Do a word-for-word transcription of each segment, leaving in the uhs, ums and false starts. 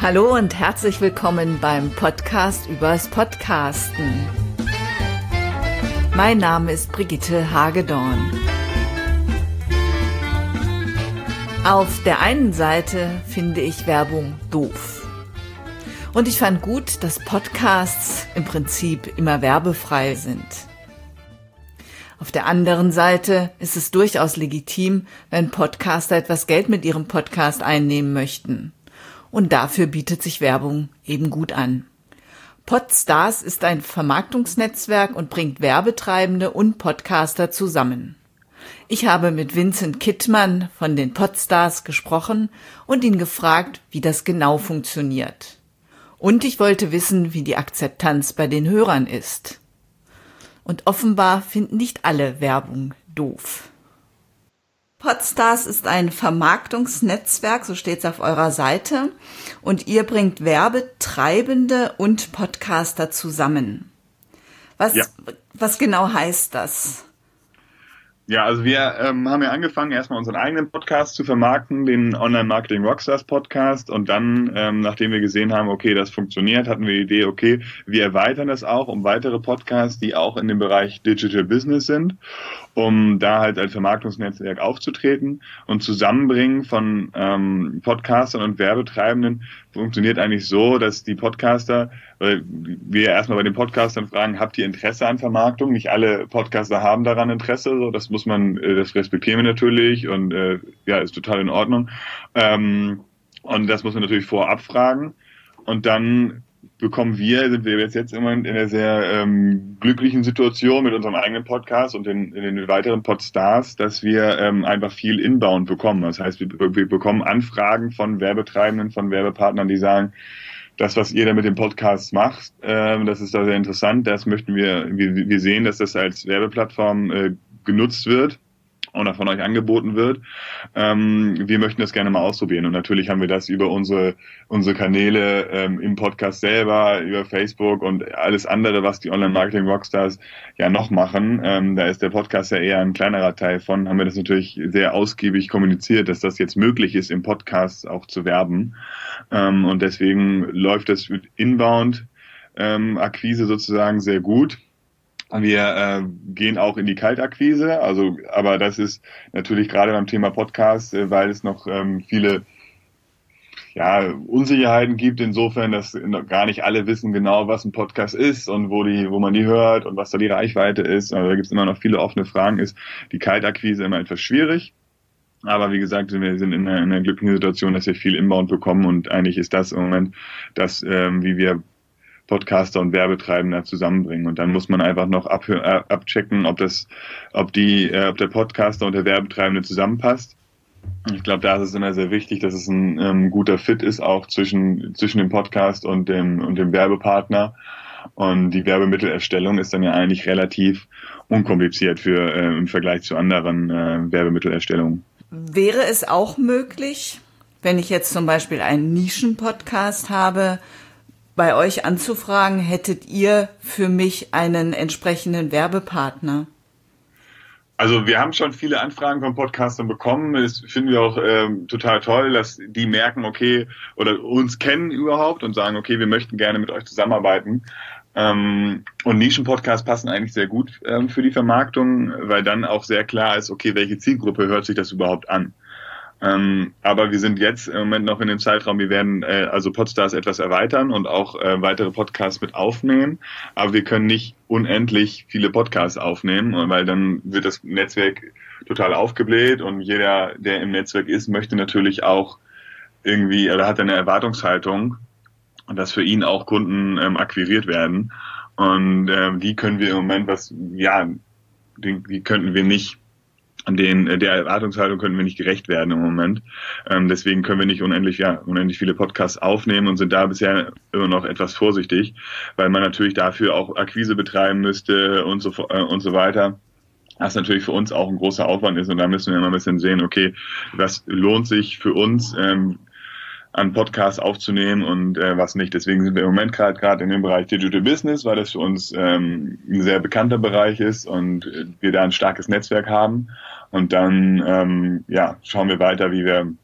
Hallo und herzlich willkommen beim Podcast übers Podcasten. Mein Name ist Brigitte Hagedorn. Auf der einen Seite finde ich Werbung doof. Und ich fand gut, dass Podcasts im Prinzip immer werbefrei sind. Auf der anderen Seite ist es durchaus legitim, wenn Podcaster etwas Geld mit ihrem Podcast einnehmen möchten. Und dafür bietet sich Werbung eben gut an. Podstars ist ein Vermarktungsnetzwerk und bringt Werbetreibende und Podcaster zusammen. Ich habe mit Vincent Kittmann von den Podstars gesprochen und ihn gefragt, wie das genau funktioniert. Und ich wollte wissen, wie die Akzeptanz bei den Hörern ist. Und offenbar finden nicht alle Werbung doof. Podstars ist ein Vermarktungsnetzwerk, so steht es auf eurer Seite, und ihr bringt Werbetreibende und Podcaster zusammen. Was, ja. was genau heißt das? Ja, also wir ähm, haben ja angefangen, erstmal unseren eigenen Podcast zu vermarkten, den Online-Marketing Rockstars Podcast, und dann, ähm, nachdem wir gesehen haben, okay, das funktioniert, hatten wir die Idee, okay, wir erweitern das auch um weitere Podcasts, die auch in dem Bereich Digital Business sind, um da halt als Vermarktungsnetzwerk aufzutreten, und Zusammenbringen von ähm, Podcastern und Werbetreibenden funktioniert eigentlich so, dass die Podcaster, weil wir erstmal bei den Podcastern fragen, habt ihr Interesse an Vermarktung? Nicht alle Podcaster haben daran Interesse, so, das muss man, das respektieren wir natürlich, und äh, ja, ist total in Ordnung. Ähm, und das muss man natürlich vorab fragen, und dann bekommen wir, sind wir jetzt, jetzt immer in einer sehr ähm, glücklichen Situation mit unserem eigenen Podcast und den, in den weiteren Podstars, dass wir ähm, einfach viel Inbound bekommen. Das heißt, wir, wir bekommen Anfragen von Werbetreibenden, von Werbepartnern, die sagen, das, was ihr da mit dem Podcast macht, äh, das ist da sehr interessant, das möchten wir, wir, wir sehen, dass das als Werbeplattform äh, genutzt wird oder von euch angeboten wird. Ähm, wir möchten das gerne mal ausprobieren, und natürlich haben wir das über unsere unsere Kanäle ähm, im Podcast selber, über Facebook und alles andere, was die Online-Marketing-Rockstars ja noch machen. Ähm, da ist der Podcast ja eher ein kleinerer Teil von, haben wir das natürlich sehr ausgiebig kommuniziert, dass das jetzt möglich ist, im Podcast auch zu werben. Ähm, und deswegen läuft das mit Inbound-Akquise ähm, sozusagen sehr gut. Wir äh, gehen auch in die Kaltakquise, also aber das ist natürlich gerade beim Thema Podcast, äh, weil es noch ähm, viele ja, Unsicherheiten gibt, insofern, dass noch gar nicht alle wissen genau, was ein Podcast ist und wo die, wo man die hört und was da die Reichweite ist. Also da gibt es immer noch viele offene Fragen, ist die Kaltakquise immer etwas schwierig. Aber wie gesagt, wir sind in einer, in einer glücklichen Situation, dass wir viel Inbound bekommen, und eigentlich ist das im Moment das, ähm, wie wir Podcaster und Werbetreibender zusammenbringen. Und dann muss man einfach noch ab, äh, abchecken, ob das, ob die, äh, ob der Podcaster und der Werbetreibende zusammenpasst. Ich glaube, da ist es immer sehr wichtig, dass es ein ähm, guter Fit ist, auch zwischen zwischen dem Podcast und dem und dem Werbepartner. Und die Werbemittelerstellung ist dann ja eigentlich relativ unkompliziert für äh, im Vergleich zu anderen äh, Werbemittelerstellungen. Wäre es auch möglich, wenn ich jetzt zum Beispiel einen Nischen-Podcast habe, bei euch anzufragen, hättet ihr für mich einen entsprechenden Werbepartner? Also wir haben schon viele Anfragen von Podcastern bekommen. Das finden wir auch ähm, total toll, dass die merken, okay, oder uns kennen überhaupt und sagen, okay, wir möchten gerne mit euch zusammenarbeiten. Ähm, und Nischenpodcasts passen eigentlich sehr gut ähm, für die Vermarktung, weil dann auch sehr klar ist, okay, welche Zielgruppe hört sich das überhaupt an? Ähm, aber wir sind jetzt im Moment noch in dem Zeitraum, wir werden äh, also Podstars etwas erweitern und auch äh, weitere Podcasts mit aufnehmen, aber wir können nicht unendlich viele Podcasts aufnehmen, weil dann wird das Netzwerk total aufgebläht, und jeder, der im Netzwerk ist, möchte natürlich auch irgendwie, oder hat eine Erwartungshaltung, dass für ihn auch Kunden ähm, akquiriert werden, und äh, die können wir im Moment, was, ja, die, die könnten wir nicht Den, der Erwartungshaltung können wir nicht gerecht werden im Moment. Ähm, deswegen können wir nicht unendlich, ja, unendlich viele Podcasts aufnehmen und sind da bisher immer noch etwas vorsichtig, weil man natürlich dafür auch Akquise betreiben müsste und so, äh, und so weiter. Was natürlich für uns auch ein großer Aufwand ist, und da müssen wir immer ein bisschen sehen, okay, was lohnt sich für uns, ähm, an Podcasts aufzunehmen und äh, was nicht. Deswegen sind wir im Moment gerade gerade in dem Bereich Digital Business, weil das für uns ähm, ein sehr bekannter Bereich ist und äh, wir da ein starkes Netzwerk haben. Und dann ähm, ja schauen wir weiter, wie wir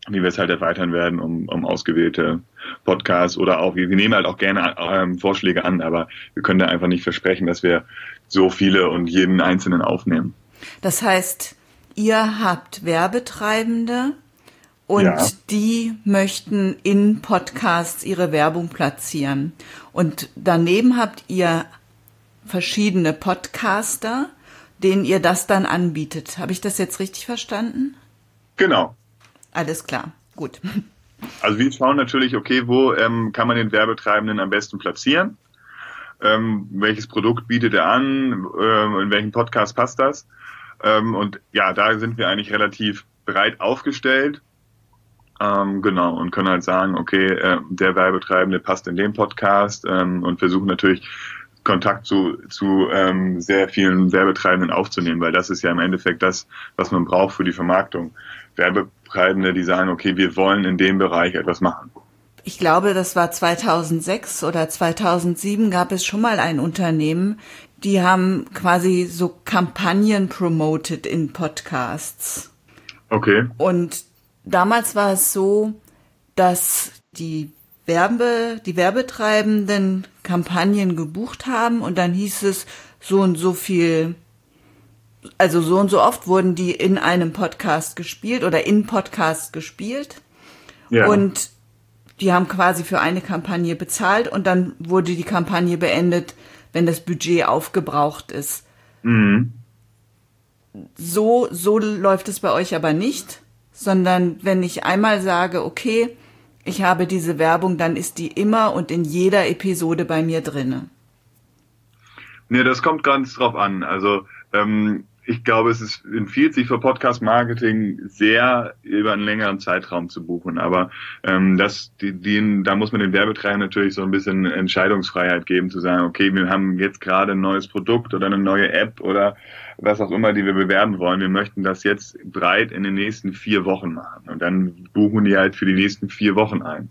wie wir es halt erweitern werden um, um ausgewählte Podcasts oder auch, wir, wir nehmen halt auch gerne ähm, Vorschläge an, aber wir können da einfach nicht versprechen, dass wir so viele und jeden einzelnen aufnehmen. Das heißt, ihr habt Werbetreibende und ja. die möchten in Podcasts ihre Werbung platzieren. Und daneben habt ihr verschiedene Podcaster, denen ihr das dann anbietet. Habe ich das jetzt richtig verstanden? Genau. Alles klar, gut. Also wir schauen natürlich, okay, wo ähm, kann man den Werbetreibenden am besten platzieren? Ähm, welches Produkt bietet er an? Ähm, in welchem Podcast passt das? Ähm, und ja, da sind wir eigentlich relativ breit aufgestellt. Ähm, genau, und können halt sagen, okay, äh, der Werbetreibende passt in den Podcast ähm, und versuchen natürlich Kontakt zu, zu ähm, sehr vielen Werbetreibenden aufzunehmen, weil das ist ja im Endeffekt das, was man braucht für die Vermarktung. Werbetreibende, die sagen, okay, wir wollen in dem Bereich etwas machen. Ich glaube, das war zweitausendsechs oder zweitausendsieben gab es schon mal ein Unternehmen, die haben quasi so Kampagnen promoted in Podcasts. Okay. Und damals war es so, dass die Werbe, die Werbetreibenden Kampagnen gebucht haben und dann hieß es, so und so viel, also so und so oft wurden die in einem Podcast gespielt oder in Podcast gespielt. Ja. Und die haben quasi für eine Kampagne bezahlt und dann wurde die Kampagne beendet, wenn das Budget aufgebraucht ist. Mhm. So, so läuft es bei euch aber nicht, sondern wenn ich einmal sage, okay, ich habe diese Werbung, dann ist die immer und in jeder Episode bei mir drinne. Nee, das kommt ganz drauf an. Also ähm, ich glaube, es ist, empfiehlt sich für Podcast-Marketing sehr über einen längeren Zeitraum zu buchen. Aber ähm, das, die, die, da muss man den Werbetreibern natürlich so ein bisschen Entscheidungsfreiheit geben, zu sagen, okay, wir haben jetzt gerade ein neues Produkt oder eine neue App oder was auch immer, die wir bewerben wollen. Wir möchten das jetzt breit in den nächsten vier Wochen machen. Und dann buchen die halt für die nächsten vier Wochen ein.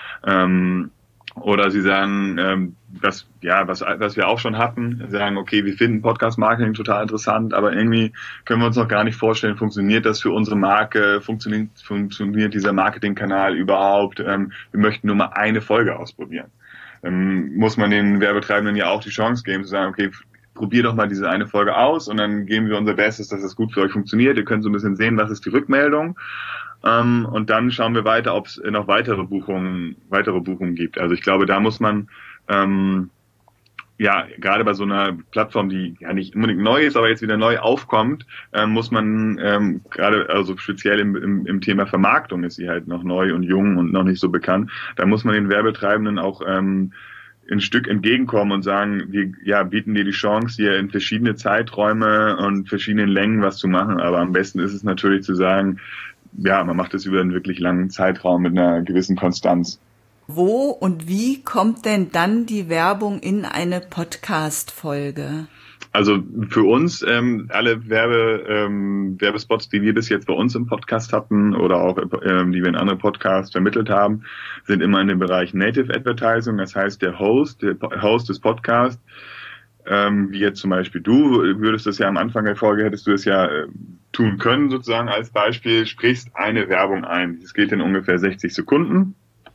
Ähm, Oder sie sagen, ähm, dass, ja, was, was wir auch schon hatten, sie sagen, okay, wir finden Podcast-Marketing total interessant, aber irgendwie können wir uns noch gar nicht vorstellen, funktioniert das für unsere Marke, funktioniert, funktioniert dieser Marketingkanal überhaupt, ähm, wir möchten nur mal eine Folge ausprobieren. Ähm, muss man den Werbetreibenden ja auch die Chance geben, zu sagen, okay, probier doch mal diese eine Folge aus und dann geben wir unser Bestes, dass das gut für euch funktioniert. Ihr könnt so ein bisschen sehen, was ist die Rückmeldung. Um, und dann schauen wir weiter, ob es noch weitere Buchungen, weitere Buchungen gibt. Also ich glaube, da muss man ähm, ja gerade bei so einer Plattform, die ja nicht unbedingt neu ist, aber jetzt wieder neu aufkommt, ähm, muss man ähm, gerade also speziell im, im, im Thema Vermarktung ist sie halt noch neu und jung und noch nicht so bekannt. Da muss man den Werbetreibenden auch ähm, ein Stück entgegenkommen und sagen, wir ja, bieten dir die Chance, hier in verschiedene Zeiträume und verschiedenen Längen was zu machen. Aber am besten ist es natürlich zu sagen, ja, man macht es über einen wirklich langen Zeitraum mit einer gewissen Konstanz. Wo und wie kommt denn dann die Werbung in eine Podcast-Folge? Also für uns, ähm, alle Werbe, ähm, Werbespots, die wir bis jetzt bei uns im Podcast hatten oder auch ähm, die wir in andere Podcasts vermittelt haben, sind immer in dem Bereich Native Advertising. Das heißt, der Host, der Host des Podcasts, ähm, wie jetzt zum Beispiel du, würdest das ja am Anfang der Folge, hättest du es ja äh, tun können, sozusagen als Beispiel, sprichst eine Werbung ein. Es geht in ungefähr sechzig Sekunden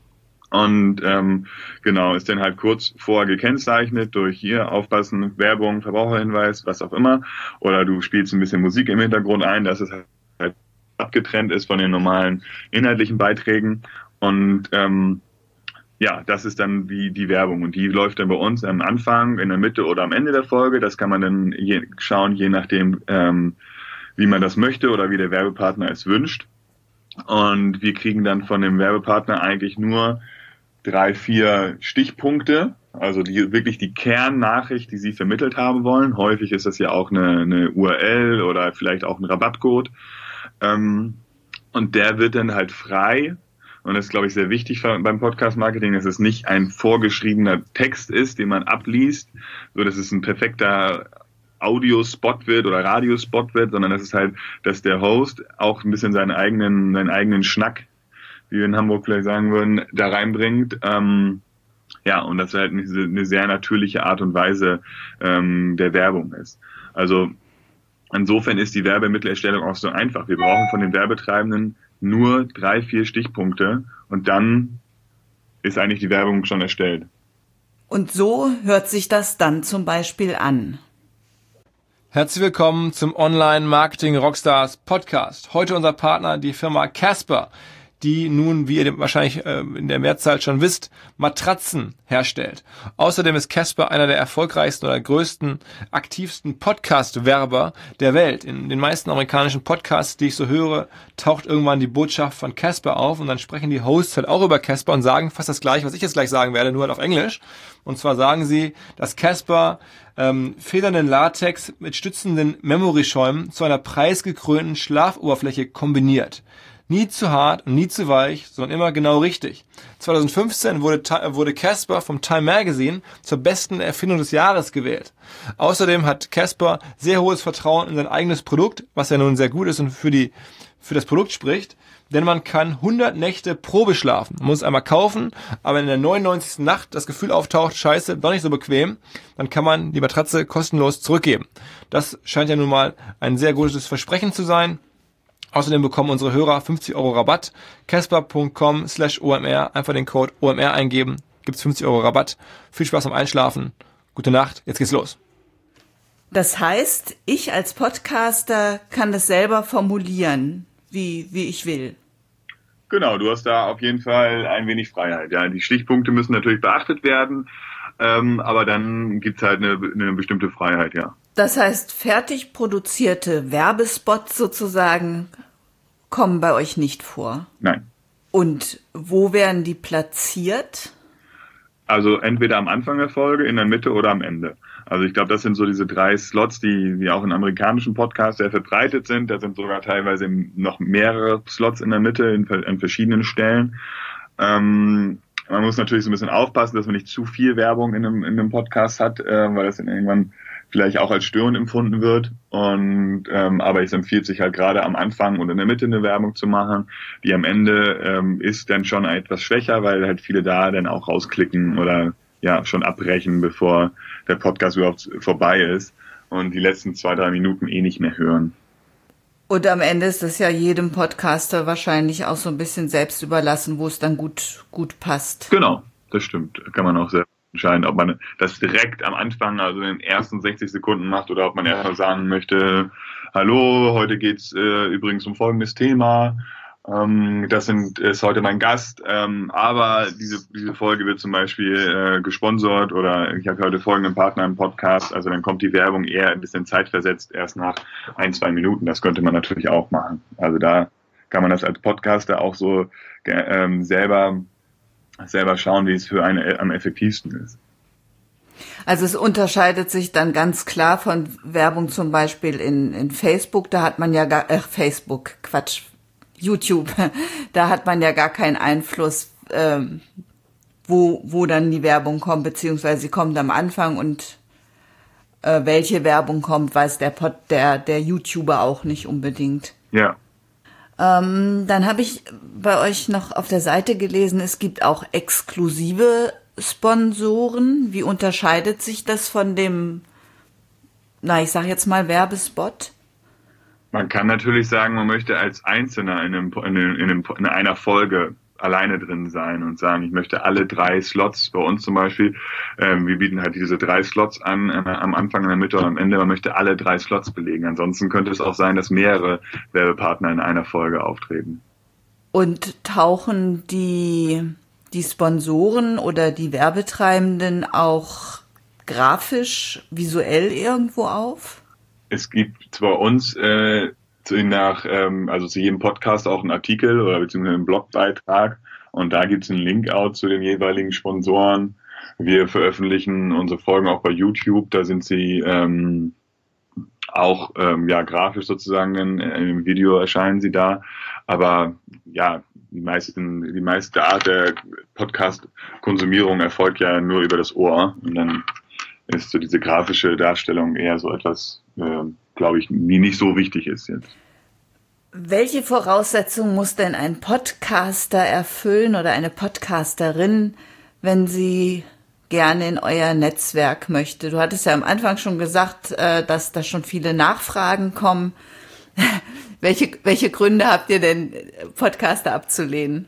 und ähm, genau, ist dann halt kurz vorher gekennzeichnet durch hier aufpassen, Werbung, Verbraucherhinweis, was auch immer, oder du spielst ein bisschen Musik im Hintergrund ein, dass es halt abgetrennt ist von den normalen inhaltlichen Beiträgen und ähm, ja, das ist dann die, die Werbung und die läuft dann bei uns am Anfang, in der Mitte oder am Ende der Folge. Das kann man dann je, schauen, je nachdem, ähm, wie man das möchte oder wie der Werbepartner es wünscht. Und wir kriegen dann von dem Werbepartner eigentlich nur drei, vier Stichpunkte, also die wirklich die Kernnachricht, die sie vermittelt haben wollen. Häufig ist das ja auch eine, eine U R L oder vielleicht auch ein Rabattcode. Ähm, und der wird dann halt frei. Und das ist, glaube ich, sehr wichtig beim Podcast-Marketing, dass es nicht ein vorgeschriebener Text ist, den man abliest, so dass es ein perfekter Audiospot wird oder Radiospot wird, sondern dass es halt, dass der Host auch ein bisschen seinen eigenen, seinen eigenen Schnack, wie wir in Hamburg vielleicht sagen würden, da reinbringt. Ähm, ja, und das halt eine, eine sehr natürliche Art und Weise ähm, der Werbung ist. Also insofern ist die Werbemittelerstellung auch so einfach. Wir brauchen von den Werbetreibenden nur drei, vier Stichpunkte und dann ist eigentlich die Werbung schon erstellt. Und so hört sich das dann zum Beispiel an. Herzlich willkommen zum Online Marketing Rockstars Podcast. Heute unser Partner, die Firma Casper, die nun, wie ihr wahrscheinlich äh, in der Mehrzahl schon wisst, Matratzen herstellt. Außerdem ist Casper einer der erfolgreichsten oder größten, aktivsten Podcast-Werber der Welt. In den meisten amerikanischen Podcasts, die ich so höre, taucht irgendwann die Botschaft von Casper auf und dann sprechen die Hosts halt auch über Casper und sagen fast das Gleiche, was ich jetzt gleich sagen werde, nur halt auf Englisch. Und zwar sagen sie, dass Casper ähm, federnden Latex mit stützenden Memory-Schäumen zu einer preisgekrönten Schlafoberfläche kombiniert. Nie zu hart und nie zu weich, sondern immer genau richtig. zwanzig fünfzehn wurde wurde Casper vom Time Magazine zur besten Erfindung des Jahres gewählt. Außerdem hat Casper sehr hohes Vertrauen in sein eigenes Produkt, was ja nun sehr gut ist und für die für das Produkt spricht, denn man kann hundert Nächte Probe schlafen. Man muss es einmal kaufen, aber in der neunundneunzigsten Nacht das Gefühl auftaucht, scheiße, doch nicht so bequem, dann kann man die Matratze kostenlos zurückgeben. Das scheint ja nun mal ein sehr gutes Versprechen zu sein. Außerdem bekommen unsere Hörer fünfzig Euro Rabatt. Casper punkt com slash O M R. Einfach den Code O M R eingeben. Gibt's fünfzig Euro Rabatt. Viel Spaß beim Einschlafen. Gute Nacht. Jetzt geht's los. Das heißt, ich als Podcaster kann das selber formulieren, wie, wie ich will. Genau, du hast da auf jeden Fall ein wenig Freiheit. Ja, die Stichpunkte müssen natürlich beachtet werden, ähm, aber dann gibt's halt eine, eine bestimmte Freiheit, ja. Das heißt, fertig produzierte Werbespots sozusagen kommen bei euch nicht vor? Nein. Und wo werden die platziert? Also entweder am Anfang der Folge, in der Mitte oder am Ende. Also ich glaube, das sind so diese drei Slots, die, die auch in amerikanischen Podcasts sehr verbreitet sind. Da sind sogar teilweise noch mehrere Slots in der Mitte in, an verschiedenen Stellen. Ähm, man muss natürlich so ein bisschen aufpassen, dass man nicht zu viel Werbung in einem, in einem Podcast hat, äh, weil das dann irgendwann vielleicht auch als störend empfunden wird. Und ähm, aber es empfiehlt sich halt gerade am Anfang und in der Mitte eine Werbung zu machen. Die am Ende ähm, ist dann schon etwas schwächer, weil halt viele da dann auch rausklicken oder ja schon abbrechen, bevor der Podcast überhaupt vorbei ist und die letzten zwei, drei Minuten eh nicht mehr hören. Und am Ende ist das ja jedem Podcaster wahrscheinlich auch so ein bisschen selbst überlassen, wo es dann gut gut passt. Genau, das stimmt. Kann man auch selbst entscheiden, ob man das direkt am Anfang, also in den ersten sechzig Sekunden macht oder ob man erstmal sagen möchte, hallo, heute geht's äh, übrigens um folgendes Thema. Ähm, das sind, ist heute mein Gast, ähm, aber diese diese Folge wird zum Beispiel äh, gesponsert oder ich habe heute folgenden Partner im Podcast, also dann kommt die Werbung eher ein bisschen zeitversetzt, erst nach ein, zwei Minuten. Das könnte man natürlich auch machen. Also da kann man das als Podcaster auch so ähm, selber selber schauen, wie es für einen am effektivsten ist. Also es unterscheidet sich dann ganz klar von Werbung zum Beispiel in, in Facebook, da hat man ja gar, äh, Facebook, Quatsch, YouTube, da hat man ja gar keinen Einfluss, ähm, wo, wo dann die Werbung kommt, beziehungsweise sie kommt am Anfang und äh, welche Werbung kommt, weiß der, Pod, der, der YouTuber auch nicht unbedingt. Ja. Ähm, dann habe ich bei euch noch auf der Seite gelesen, es gibt auch exklusive Sponsoren. Wie unterscheidet sich das von dem, na, ich sage jetzt mal Werbespot? Man kann natürlich sagen, man möchte als Einzelner in, einem, in, einem, in einer Folge alleine drin sein und sagen, ich möchte alle drei Slots, bei uns zum Beispiel, ähm, wir bieten halt diese drei Slots an, äh, am Anfang, in der Mitte und am Ende, man möchte alle drei Slots belegen. Ansonsten könnte es auch sein, dass mehrere Werbepartner in einer Folge auftreten. Und tauchen die, die Sponsoren oder die Werbetreibenden auch grafisch, visuell irgendwo auf? Es gibt bei uns äh, nach, ähm, also zu jedem Podcast auch einen Artikel oder beziehungsweise einen Blogbeitrag und da gibt es einen Link-out zu den jeweiligen Sponsoren. Wir veröffentlichen unsere Folgen auch bei YouTube, da sind sie ähm, auch ähm, ja grafisch sozusagen in, im Video erscheinen sie da, aber ja, die meisten, die meiste Art der Podcast-Konsumierung erfolgt ja nur über das Ohr und dann ist so diese grafische Darstellung eher so etwas, äh, glaube ich, die nicht so wichtig ist jetzt. Welche Voraussetzungen muss denn ein Podcaster erfüllen oder eine Podcasterin, wenn sie gerne in euer Netzwerk möchte? Du hattest ja am Anfang schon gesagt, dass da schon viele Nachfragen kommen. welche, welche Gründe habt ihr denn, Podcaster abzulehnen?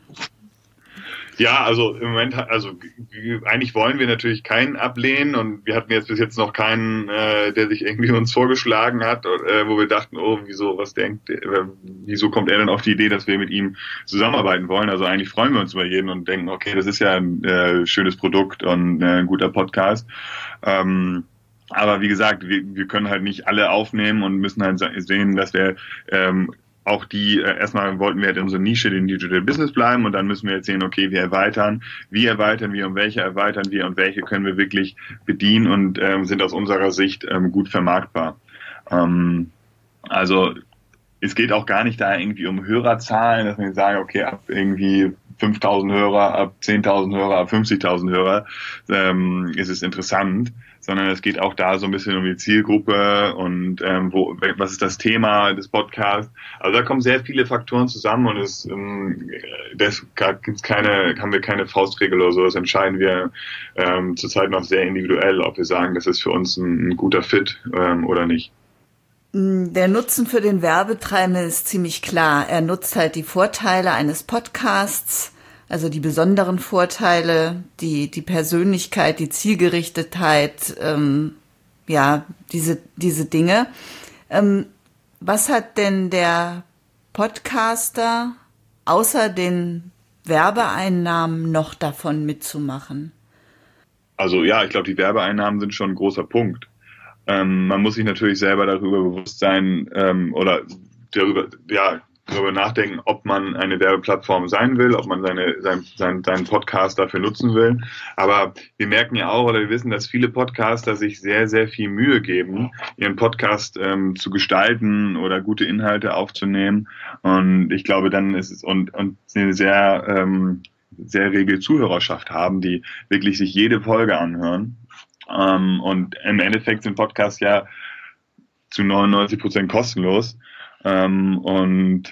Ja, also im Moment, also eigentlich wollen wir natürlich keinen ablehnen und wir hatten jetzt bis jetzt noch keinen, äh, der sich irgendwie uns vorgeschlagen hat, äh, wo wir dachten, oh, wieso, was denkt, äh, wieso kommt er denn auf die Idee, dass wir mit ihm zusammenarbeiten wollen? Also eigentlich freuen wir uns über jeden und denken, okay, das ist ja ein äh, schönes Produkt und äh, ein guter Podcast. Ähm, aber wie gesagt, wir, wir können halt nicht alle aufnehmen und müssen halt sehen, dass wir ähm, auch die, äh, erstmal wollten wir halt in unserer Nische, den Digital Business bleiben und dann müssen wir jetzt sehen, okay, wir erweitern, wie erweitern wir und welche erweitern wir und welche können wir wirklich bedienen und ähm, sind aus unserer Sicht ähm, gut vermarktbar. Ähm, also es geht auch gar nicht da irgendwie um Hörerzahlen, dass wir sagen, okay, ab irgendwie fünftausend Hörer, ab zehntausend Hörer, ab fünfzigtausend Hörer ähm, ist es interessant, sondern es geht auch da so ein bisschen um die Zielgruppe und ähm, wo, was ist das Thema des Podcasts. Also da kommen sehr viele Faktoren zusammen und es ähm, das gibt's keine, haben wir keine Faustregel oder so. Das entscheiden wir ähm, zurzeit noch sehr individuell, ob wir sagen, das ist für uns ein, ein guter Fit ähm, oder nicht. Der Nutzen für den Werbetreibenden ist ziemlich klar. Er nutzt halt die Vorteile eines Podcasts, also die besonderen Vorteile, die die Persönlichkeit, die Zielgerichtetheit, ähm, ja, diese diese Dinge. Ähm, was hat denn der Podcaster außer den Werbeeinnahmen noch davon mitzumachen? Also ja, ich glaube, die Werbeeinnahmen sind schon ein großer Punkt. Ähm, man muss sich natürlich selber darüber bewusst sein ähm, oder darüber, ja, darüber nachdenken, ob man eine Werbeplattform sein will, ob man seine, sein, sein, seinen Podcast dafür nutzen will. Aber wir merken ja auch oder wir wissen, dass viele Podcaster sich sehr, sehr viel Mühe geben, ihren Podcast ähm, zu gestalten oder gute Inhalte aufzunehmen. Und ich glaube, dann ist es und, und eine sehr, ähm, sehr rege Zuhörerschaft haben, die wirklich sich jede Folge anhören. Um, und im Endeffekt sind Podcasts ja zu neunundneunzig Prozent kostenlos. Um, und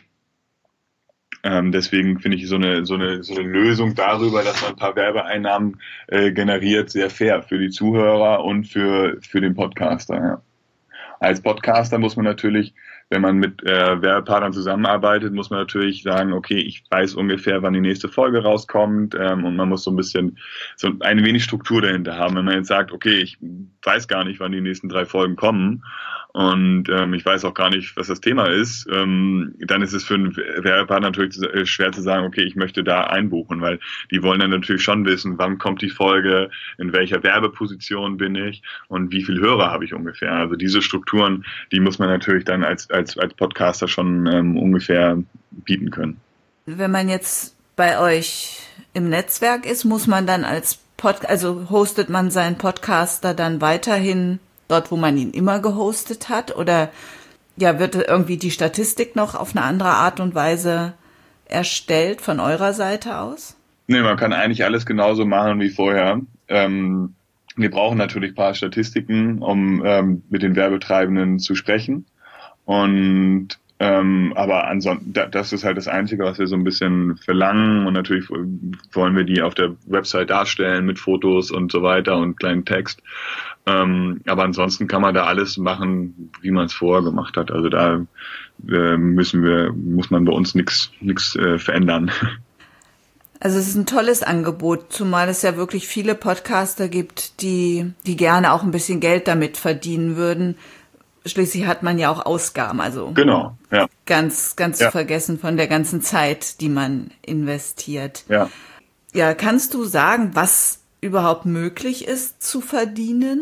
um, deswegen finde ich so eine, so eine, so eine Lösung darüber, dass man ein paar Werbeeinnahmen äh, generiert, sehr fair für die Zuhörer und für, für den Podcaster. Ja. Als Podcaster muss man natürlich, wenn man mit äh, Werbepartnern zusammenarbeitet, muss man natürlich sagen, okay, ich weiß ungefähr, wann die nächste Folge rauskommt ähm, und man muss so ein bisschen, so ein wenig Struktur dahinter haben. Wenn man jetzt sagt, okay, ich weiß gar nicht, wann die nächsten drei Folgen kommen und ähm, ich weiß auch gar nicht, was das Thema ist, ähm, dann ist es für einen Werbepartner natürlich schwer zu sagen, okay, ich möchte da einbuchen, weil die wollen dann natürlich schon wissen, wann kommt die Folge, in welcher Werbeposition bin ich und wie viel Hörer habe ich ungefähr. Also diese Strukturen, die muss man natürlich dann als als als Podcaster schon ähm, ungefähr bieten können. Wenn man jetzt bei euch im Netzwerk ist, muss man dann als Pod, also hostet man seinen Podcaster dann weiterhin dort, wo man ihn immer gehostet hat, oder ja, wird irgendwie die Statistik noch auf eine andere Art und Weise erstellt von eurer Seite aus? Nee, man kann eigentlich alles genauso machen wie vorher. Ähm, wir brauchen natürlich ein paar Statistiken, um ähm, mit den Werbetreibenden zu sprechen. Und ähm, aber ansonsten, das ist halt das Einzige, was wir so ein bisschen verlangen und natürlich wollen wir die auf der Website darstellen mit Fotos und so weiter und kleinen Text. Ähm, aber ansonsten kann man da alles machen, wie man es vorher gemacht hat. Also da äh, müssen wir, muss man bei uns nichts nichts äh, verändern. Also es ist ein tolles Angebot, zumal es ja wirklich viele Podcaster gibt, die die gerne auch ein bisschen Geld damit verdienen würden. Schließlich hat man ja auch Ausgaben, also genau, ja. ganz, ganz ja. zu vergessen von der ganzen Zeit, die man investiert. Ja. Ja, kannst du sagen, was überhaupt möglich ist zu verdienen?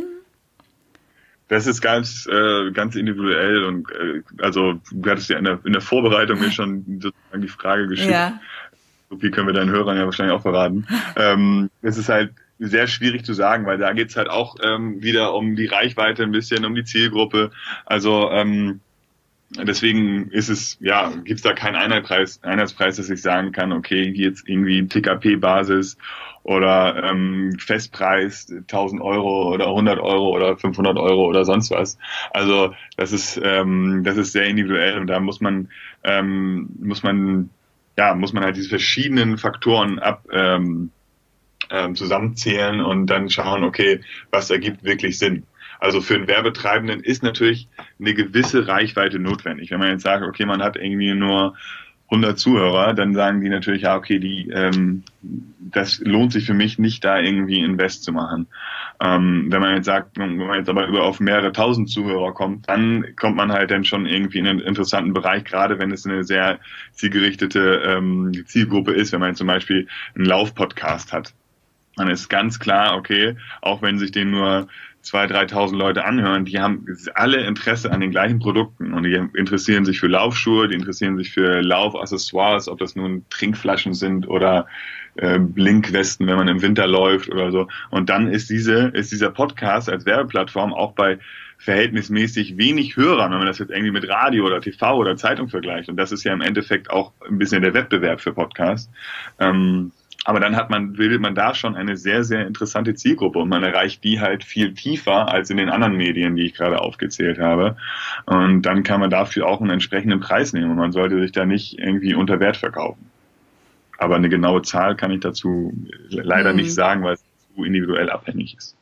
Das ist ganz, äh, ganz individuell und äh, also du hattest ja in der, in der Vorbereitung mir schon sozusagen die Frage geschickt. Ja. So viel können wir deinen Hörern ja wahrscheinlich auch verraten. ähm, es ist halt sehr schwierig zu sagen, weil da geht's halt auch ähm, wieder um die Reichweite ein bisschen, um die Zielgruppe. Also ähm, deswegen ist es, ja, gibt's da keinen Einheitspreis, Einheitspreis, dass ich sagen kann, okay, jetzt irgendwie T K P-Basis oder ähm, Festpreis tausend Euro oder hundert Euro oder fünfhundert Euro oder sonst was. Also das ist ähm, das ist sehr individuell und da muss man ähm, muss man ja muss man halt diese verschiedenen Faktoren ab ähm, zusammenzählen und dann schauen, okay, was ergibt wirklich Sinn. Also für einen Werbetreibenden ist natürlich eine gewisse Reichweite notwendig. Wenn man jetzt sagt, okay, man hat irgendwie nur hundert Zuhörer, dann sagen die natürlich, ja, okay, die, ähm, das lohnt sich für mich nicht, da irgendwie Invest zu machen. Ähm, wenn man jetzt sagt, wenn man jetzt aber über auf mehrere tausend Zuhörer kommt, dann kommt man halt dann schon irgendwie in einen interessanten Bereich, gerade wenn es eine sehr zielgerichtete ähm, Zielgruppe ist, wenn man zum Beispiel einen Lauf-Podcast hat. Dann ist ganz klar, okay, auch wenn sich den nur zweitausend, dreitausend Leute anhören, die haben alle Interesse an den gleichen Produkten und die interessieren sich für Laufschuhe, die interessieren sich für Laufaccessoires, ob das nun Trinkflaschen sind oder äh, Blinkwesten, wenn man im Winter läuft oder so. Und dann ist diese, ist dieser Podcast als Werbeplattform auch bei verhältnismäßig wenig Hörern, wenn man das jetzt irgendwie mit Radio oder T V oder Zeitung vergleicht. Und das ist ja im Endeffekt auch ein bisschen der Wettbewerb für Podcasts. Ähm, Aber dann hat man, bildet man da schon eine sehr, sehr interessante Zielgruppe und man erreicht die halt viel tiefer als in den anderen Medien, die ich gerade aufgezählt habe. Und dann kann man dafür auch einen entsprechenden Preis nehmen und man sollte sich da nicht irgendwie unter Wert verkaufen. Aber eine genaue Zahl kann ich dazu leider mhm. nicht sagen, weil es zu individuell abhängig ist.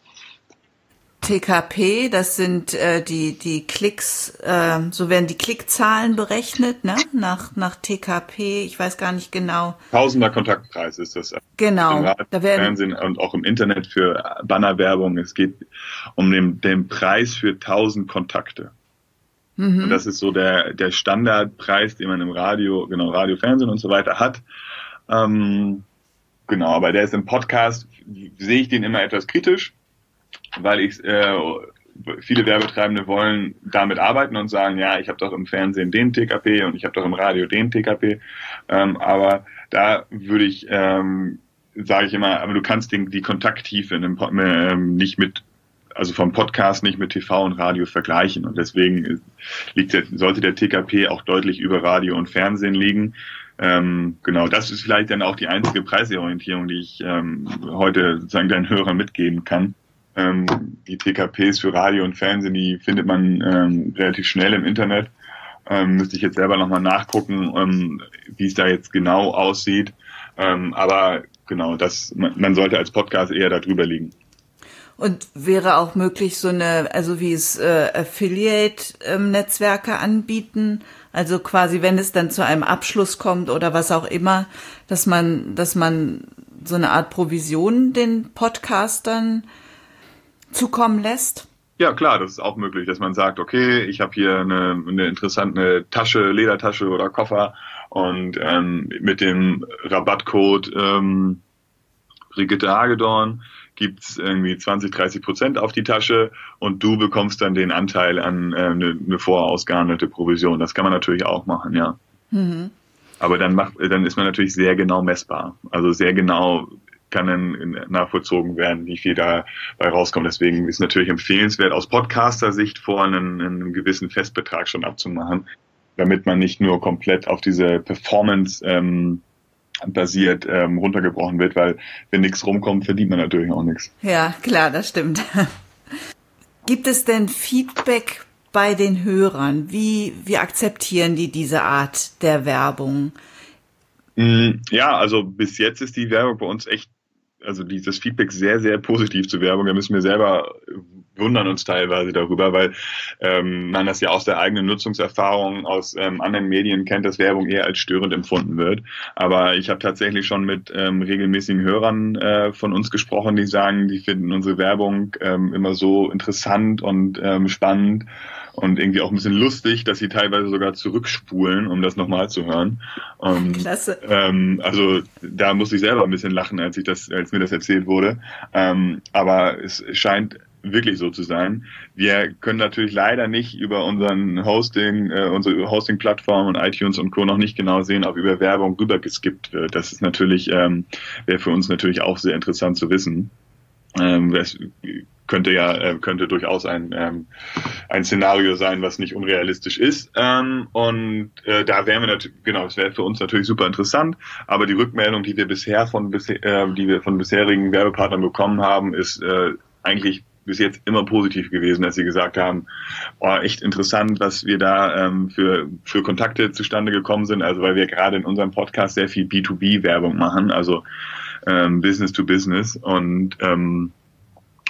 T K P, das sind äh, die die Klicks, äh, so werden die Klickzahlen berechnet, ne? Nach nach T K P, ich weiß gar nicht genau. Tausender Kontaktpreis ist das. Genau. Im Radio, da werden Fernsehen und auch im Internet für Bannerwerbung. Es geht um den den Preis für tausend Kontakte. Mhm. Und das ist so der der Standardpreis, den man im Radio, genau Radio, Fernsehen und so weiter hat. Ähm, genau, aber der ist im Podcast, sehe ich den immer etwas kritisch, weil ich äh, viele Werbetreibende wollen damit arbeiten und sagen, ja, ich habe doch im Fernsehen den T K P und ich habe doch im Radio den T K P, ähm, aber da würde ich, ähm, sage ich immer, aber du kannst den, die Kontakttiefe in dem, ähm, nicht mit, also vom Podcast nicht mit T V und Radio vergleichen und deswegen liegt der, sollte der T K P auch deutlich über Radio und Fernsehen liegen. Ähm, genau, das ist vielleicht dann auch die einzige Preisorientierung, die ich ähm, heute sozusagen deinen Hörern mitgeben kann. Ähm, die T K Ps für Radio und Fernsehen, die findet man ähm, relativ schnell im Internet. Ähm, müsste ich jetzt selber nochmal nachgucken, ähm, wie es da jetzt genau aussieht. Ähm, aber genau, das, man, man sollte als Podcast eher da drüber liegen. Und wäre auch möglich, so eine, also wie es äh, Affiliate-Netzwerke ähm, anbieten, also quasi, wenn es dann zu einem Abschluss kommt oder was auch immer, dass man, dass man so eine Art Provision den Podcastern zukommen lässt? Ja, klar, das ist auch möglich, dass man sagt, okay, ich habe hier eine, eine interessante Tasche, Ledertasche oder Koffer und ähm, mit dem Rabattcode ähm, Brigitte Hagedorn gibt's irgendwie zwanzig, dreißig Prozent auf die Tasche und du bekommst dann den Anteil an äh, eine, eine vorausgehandelte Provision. Das kann man natürlich auch machen, ja. Mhm. Aber dann macht, dann ist man natürlich sehr genau messbar. Also sehr genau kann dann nachvollzogen werden, wie viel dabei rauskommt. Deswegen ist natürlich empfehlenswert, aus Podcaster-Sicht vor einen, einen gewissen Festbetrag schon abzumachen, damit man nicht nur komplett auf diese Performance ähm, basiert ähm, runtergebrochen wird, weil wenn nichts rumkommt, verdient man natürlich auch nichts. Ja, klar, das stimmt. Gibt es denn Feedback bei den Hörern? Wie, wie akzeptieren die diese Art der Werbung? Ja, also bis jetzt ist die Werbung bei uns echt, also dieses Feedback sehr, sehr positiv zur Werbung. Da müssen wir selber wundern uns teilweise darüber, weil ähm, man das ja aus der eigenen Nutzungserfahrung aus ähm, anderen Medien kennt, dass Werbung eher als störend empfunden wird. Aber ich habe tatsächlich schon mit ähm, regelmäßigen Hörern äh, von uns gesprochen, die sagen, die finden unsere Werbung ähm, immer so interessant und ähm, spannend und irgendwie auch ein bisschen lustig, dass sie teilweise sogar zurückspulen, um das nochmal zu hören. Und, Klasse. Ähm, also da musste ich selber ein bisschen lachen, als ich das, als mir das erzählt wurde. Ähm, aber es scheint wirklich so zu sein. Wir können natürlich leider nicht über unseren Hosting, äh, unsere Hosting-Plattform und iTunes und Co. noch nicht genau sehen, ob über Werbung rübergeskippt wird. Das ist natürlich, ähm, wäre für uns natürlich auch sehr interessant zu wissen. Ähm, es könnte ja, äh, könnte durchaus ein, ähm, ein Szenario sein, was nicht unrealistisch ist. Ähm, und äh, da wären wir natürlich, genau, das wäre für uns natürlich super interessant. Aber die Rückmeldung, die wir bisher von, bisher, äh, die wir von bisherigen Werbepartnern bekommen haben, ist äh, eigentlich bis jetzt immer positiv gewesen, dass sie gesagt haben, oh, echt interessant, was wir da ähm, für für Kontakte zustande gekommen sind. Also weil wir gerade in unserem Podcast sehr viel B zwei B Werbung machen, also ähm, Business to Business und ähm,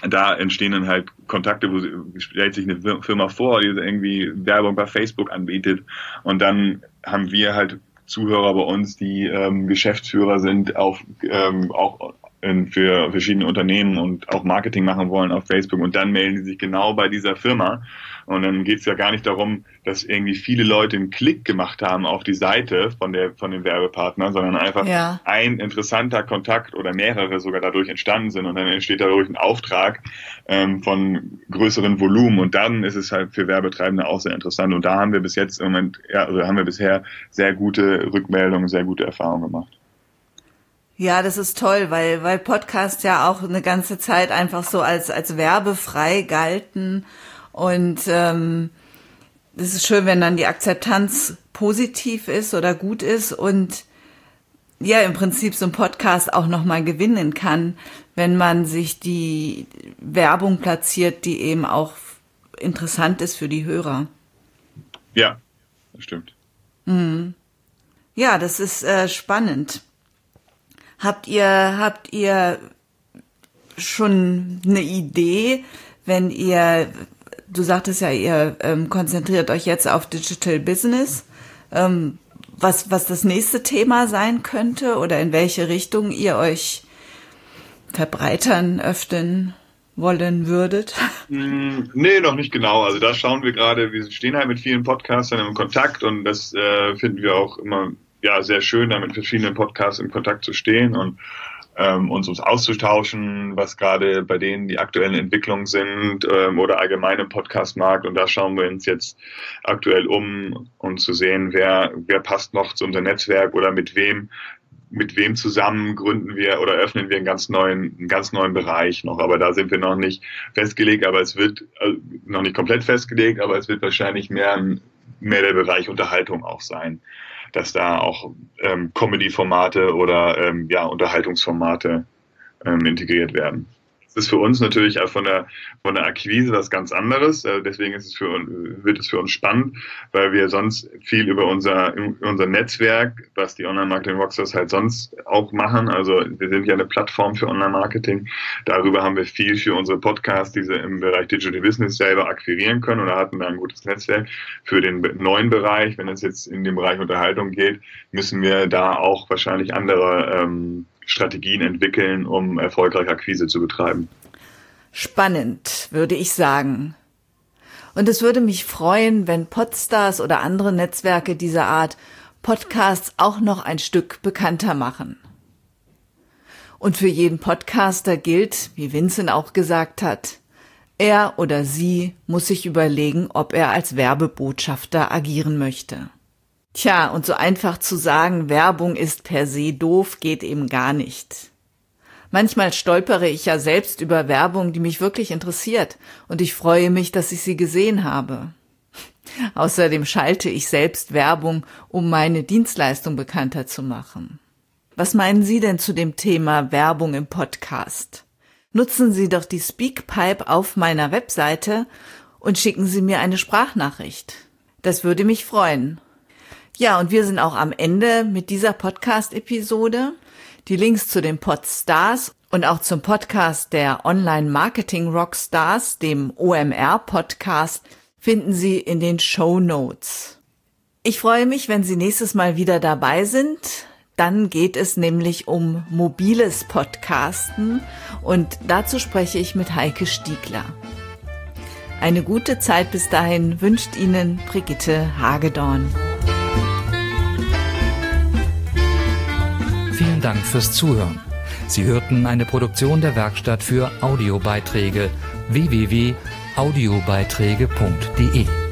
da entstehen dann halt Kontakte, wo sie, stellt sich eine Firma vor, die irgendwie Werbung bei Facebook anbietet, und dann haben wir halt Zuhörer bei uns, die ähm, Geschäftsführer sind, auf, ähm, auch in, für verschiedene Unternehmen und auch Marketing machen wollen auf Facebook, und dann melden sie sich genau bei dieser Firma. Und dann geht es ja gar nicht darum, dass irgendwie viele Leute einen Klick gemacht haben auf die Seite von der von dem Werbepartner, sondern einfach ja. ein interessanter Kontakt oder mehrere sogar dadurch entstanden sind, und dann entsteht dadurch ein Auftrag ähm, von größeren Volumen, und dann ist es halt für Werbetreibende auch sehr interessant. Und da haben wir bis jetzt im Moment, ja, also haben wir bisher sehr gute Rückmeldungen, sehr gute Erfahrungen gemacht. Ja, das ist toll, weil weil Podcasts ja auch eine ganze Zeit einfach so als als werbefrei galten, und ähm, es ist schön, wenn dann die Akzeptanz positiv ist oder gut ist und ja im Prinzip so ein Podcast auch nochmal gewinnen kann, wenn man sich die Werbung platziert, die eben auch interessant ist für die Hörer. Ja, das stimmt. Mhm. Ja, das ist äh, spannend. Habt ihr, habt ihr schon eine Idee, wenn ihr, du sagtest ja, ihr ähm, konzentriert euch jetzt auf Digital Business, ähm, was, was das nächste Thema sein könnte oder in welche Richtung ihr euch verbreitern, öffnen wollen würdet? Mm, nee, noch nicht genau. Also da schauen wir gerade, wir stehen halt mit vielen Podcastern im Kontakt, und das äh, finden wir auch immer ja sehr schön, da mit verschiedenen Podcasts in Kontakt zu stehen und ähm, uns auszutauschen, was gerade bei denen die aktuellen Entwicklungen sind ähm, oder allgemein im Podcastmarkt. Und da schauen wir uns jetzt aktuell um, um zu sehen, wer wer passt noch zu unserem Netzwerk oder mit wem mit wem zusammen gründen wir oder öffnen wir einen ganz neuen einen ganz neuen Bereich noch. Aber da sind wir noch nicht festgelegt, aber es wird also noch nicht komplett festgelegt, aber es wird wahrscheinlich mehr mehr der Bereich Unterhaltung auch sein, dass da auch ähm, Comedy-Formate oder ähm, ja, Unterhaltungsformate ähm, integriert werden. Das ist für uns natürlich auch von der von der Akquise was ganz anderes. Äh, deswegen ist es für wird es für uns spannend, weil wir sonst viel über unser unser Netzwerk, was die Online-Marketing-Rockstars halt sonst auch machen. Also wir sind ja eine Plattform für Online-Marketing. Darüber haben wir viel für unsere Podcasts, die sie im Bereich Digital Business selber akquirieren können, oder hatten da ein gutes Netzwerk. Für den neuen Bereich, wenn es jetzt in den Bereich Unterhaltung geht, müssen wir da auch wahrscheinlich andere ähm, Strategien entwickeln, um erfolgreich Akquise zu betreiben. Spannend, würde ich sagen. Und es würde mich freuen, wenn Podstars oder andere Netzwerke dieser Art Podcasts auch noch ein Stück bekannter machen. Und für jeden Podcaster gilt, wie Vincent auch gesagt hat, er oder sie muss sich überlegen, ob er als Werbebotschafter agieren möchte. Tja, und so einfach zu sagen, Werbung ist per se doof, geht eben gar nicht. Manchmal stolpere ich ja selbst über Werbung, die mich wirklich interessiert, und ich freue mich, dass ich sie gesehen habe. Außerdem schalte ich selbst Werbung, um meine Dienstleistung bekannter zu machen. Was meinen Sie denn zu dem Thema Werbung im Podcast? Nutzen Sie doch die Speakpipe auf meiner Webseite und schicken Sie mir eine Sprachnachricht. Das würde mich freuen. Ja, und wir sind auch am Ende mit dieser Podcast-Episode. Die Links zu den Podstars und auch zum Podcast der Online-Marketing-Rockstars, dem O M R-Podcast, finden Sie in den Shownotes. Ich freue mich, wenn Sie nächstes Mal wieder dabei sind. Dann geht es nämlich um mobiles Podcasten, und dazu spreche ich mit Heike Stiegler. Eine gute Zeit bis dahin wünscht Ihnen Brigitte Hagedorn. Vielen Dank fürs Zuhören. Sie hörten eine Produktion der Werkstatt für Audiobeiträge w w w punkt audiobeiträge punkt de.